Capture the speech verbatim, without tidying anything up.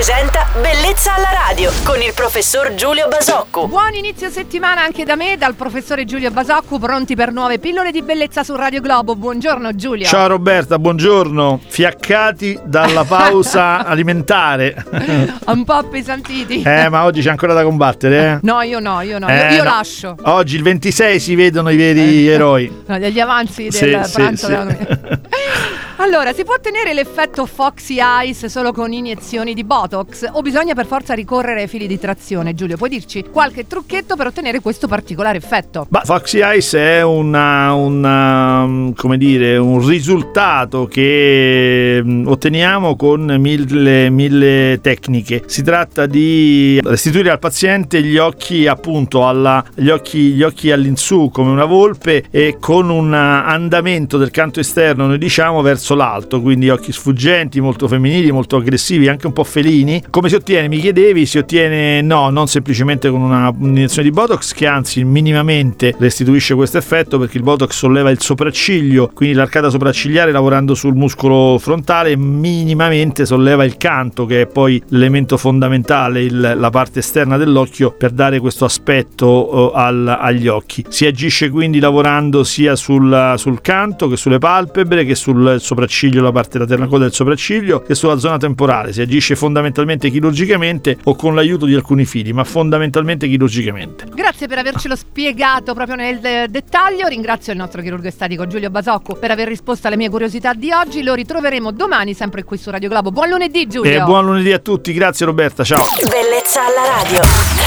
presenta Bellezza alla radio con il professor Giulio Basocco. Buon inizio settimana anche da me, dal professore Giulio Basocco, pronti per nuove pillole di bellezza su Radio Globo. Buongiorno Giulio. Ciao Roberta, buongiorno. Fiaccati dalla pausa alimentare. Un po' appesantiti. Eh, ma oggi c'è ancora da combattere, eh? No, io no, io no, Eh, io, io no. lascio. Oggi il ventisei si vedono i veri Eh. eroi. No, degli avanzi del Sì, sì, pranzo sì. della domenica. Allora, si può ottenere l'effetto Foxy Eyes solo con iniezioni di Botox o bisogna per forza ricorrere ai fili di trazione? Giulio, puoi dirci qualche trucchetto per ottenere questo particolare effetto? Ma Foxy Eyes è una, una, come dire, un risultato che mh, otteniamo con mille, mille tecniche. Si tratta di restituire al paziente gli occhi appunto alla, gli occhi, gli occhi all'insù come una volpe e con un andamento del canto esterno, noi diciamo, verso l'alto, quindi occhi sfuggenti, molto femminili, molto aggressivi, anche un po' felini. Come si ottiene? Mi chiedevi, si ottiene no, non semplicemente con una un'iniezione di Botox, che anzi minimamente restituisce questo effetto, perché il Botox solleva il sopracciglio, quindi l'arcata sopraccigliare, lavorando sul muscolo frontale, minimamente solleva il canto, che è poi l'elemento fondamentale, il, la parte esterna dell'occhio, per dare questo aspetto uh, al, agli occhi. Si agisce quindi lavorando sia sul, sul canto che sulle palpebre, che sul sopracciglio, la parte laterale coda del sopracciglio, che sulla zona temporale. Si agisce fondamentalmente chirurgicamente o con l'aiuto di alcuni fili, ma fondamentalmente chirurgicamente. Grazie per avercelo spiegato proprio nel de- dettaglio. Ringrazio il nostro chirurgo estetico Giulio Basocco per aver risposto alle mie curiosità di oggi. Lo ritroveremo domani sempre qui su Radio Globo. Buon lunedì Giulio. E buon lunedì a tutti, grazie Roberta, ciao. Bellezza alla radio.